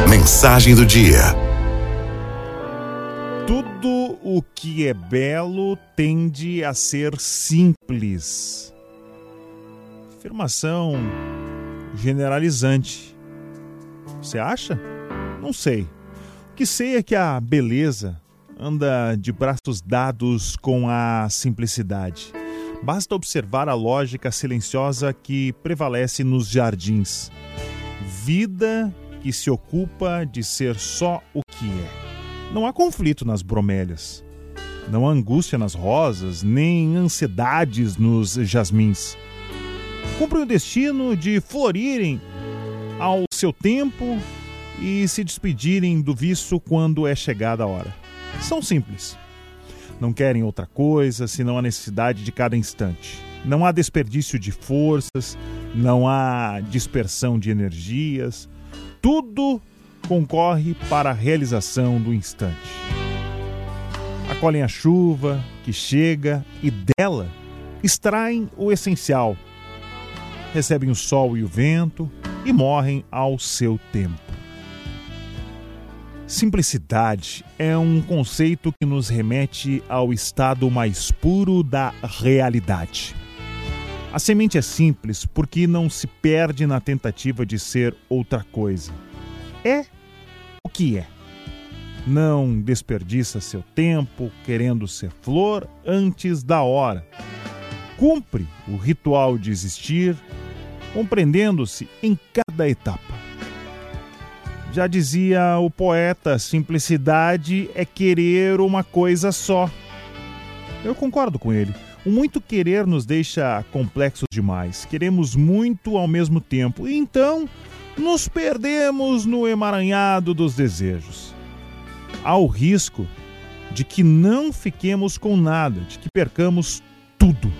Mensagem do dia. Tudo o que é belo tende a ser simples. Afirmação generalizante. Você acha? Não sei. O que sei é que a beleza anda de braços dados com a simplicidade. Basta observar a lógica silenciosa que prevalece nos jardins. Vida que se ocupa de ser só o que é. Não há conflito nas bromélias. Não há angústia nas rosas, nem ansiedades nos jasmins. Cumprem o destino de florirem ao seu tempo e se despedirem do viço quando é chegada a hora. São simples. Não querem outra coisa senão a necessidade de cada instante. Não há desperdício de forças, não há dispersão de energias. Tudo concorre para a realização do instante. Acolhem a chuva que chega e dela extraem o essencial. Recebem o sol e o vento e morrem ao seu tempo. Simplicidade é um conceito que nos remete ao estado mais puro da realidade. A semente é simples porque não se perde na tentativa de ser outra coisa. É o que é. Não desperdiça seu tempo querendo ser flor antes da hora. Cumpre o ritual de existir, compreendendo-se em cada etapa. Já dizia o poeta, simplicidade é querer uma coisa só. Eu concordo com ele. O muito querer nos deixa complexos demais. Queremos muito ao mesmo tempo. E então, nos perdemos no emaranhado dos desejos. Há o risco de que não fiquemos com nada, de que percamos tudo.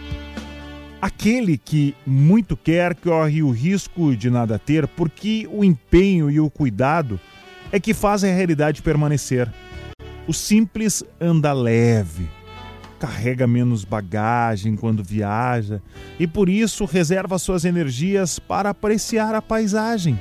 Aquele que muito quer corre o risco de nada ter, porque o empenho e o cuidado é que fazem a realidade permanecer. O simples anda leve, carrega menos bagagem quando viaja e por isso reserva suas energias para apreciar a paisagem.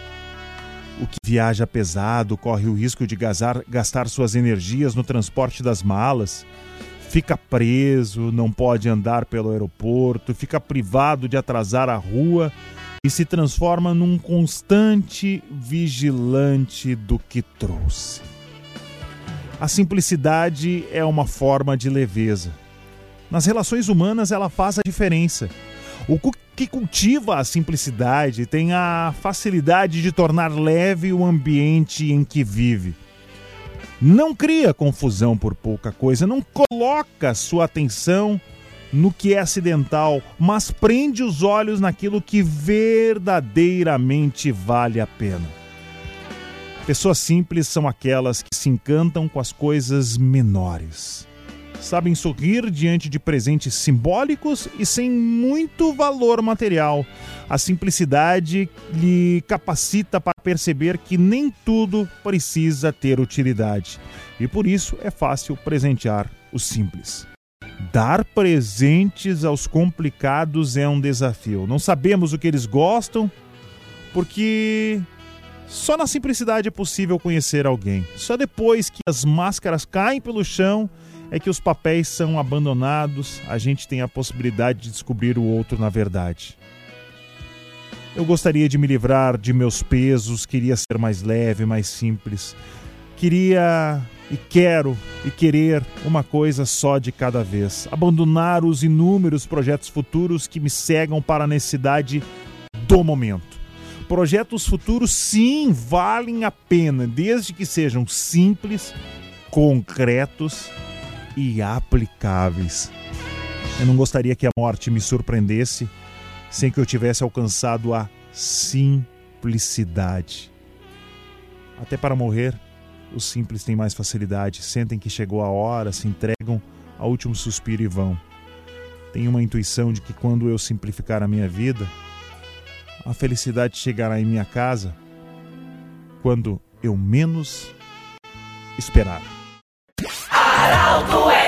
O que viaja pesado corre o risco de gastar suas energias no transporte das malas. Fica preso, não pode andar pelo aeroporto, fica privado de atrasar a rua e se transforma num constante vigilante do que trouxe. A simplicidade é uma forma de leveza. Nas relações humanas ela faz a diferença. O que cultiva a simplicidade tem a facilidade de tornar leve o ambiente em que vive. Não cria confusão por pouca coisa, não coloca sua atenção no que é acidental, mas prende os olhos naquilo que verdadeiramente vale a pena. Pessoas simples são aquelas que se encantam com as coisas menores. Sabem sorrir diante de presentes simbólicos e sem muito valor material. A simplicidade lhe capacita para perceber que nem tudo precisa ter utilidade. E por isso é fácil presentear o simples. Dar presentes aos complicados é um desafio. Não sabemos o que eles gostam, porque só na simplicidade é possível conhecer alguém. Só depois que as máscaras caem pelo chão é que os papéis são abandonados, a gente tem a possibilidade de descobrir o outro na verdade. Eu gostaria de me livrar de meus pesos, queria ser mais leve, mais simples. Queria e quero e querer uma coisa só de cada vez. Abandonar os inúmeros projetos futuros que me cegam para a necessidade do momento. Projetos futuros, sim, valem a pena, desde que sejam simples, concretos e aplicáveis. Eu não gostaria que a morte me surpreendesse sem que eu tivesse alcançado a simplicidade. Até para morrer, os simples têm mais facilidade. Sentem que chegou a hora, se entregam ao último suspiro e vão. Tenho uma intuição de que quando eu simplificar a minha vida, a felicidade chegará em minha casa quando eu menos esperar. Arauto